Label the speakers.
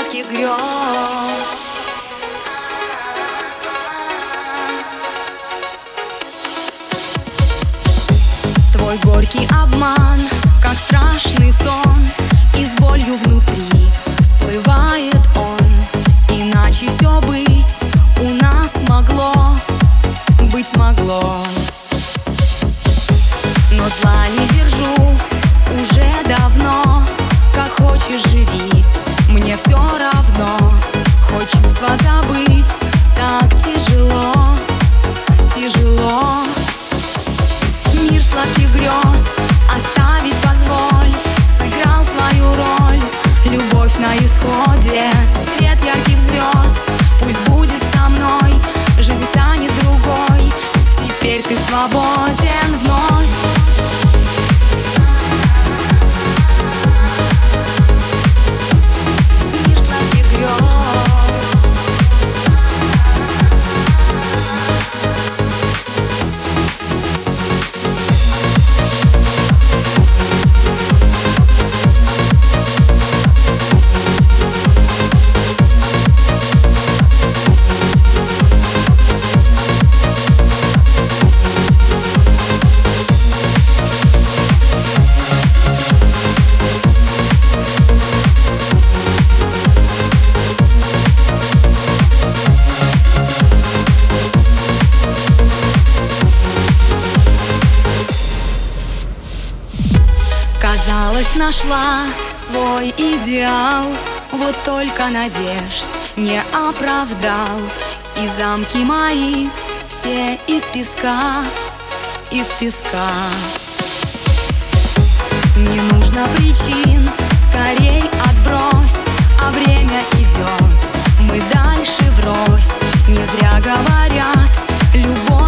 Speaker 1: сладких грез. Твой горький обман, как страшный сон, и с болью внутри всплывает он. Иначе все быть у нас могло, быть могло. Но зла не держу уже давно. Как хочешь живи, мне все равно. Хоть чувства забыть так тяжело, тяжело. Мир сладких грез оставить позволь. Сыграл свою роль, любовь на исходе. Свет ярких звезд пусть будет со мной. Жизнь станет другой, теперь ты свободен вновь. Казалось, нашла свой идеал, вот только надежд не оправдал. И замки мои все из песка, из песка. Не нужно причин, скорей отбрось, а время идет, мы дальше врозь. Не зря говорят, любовь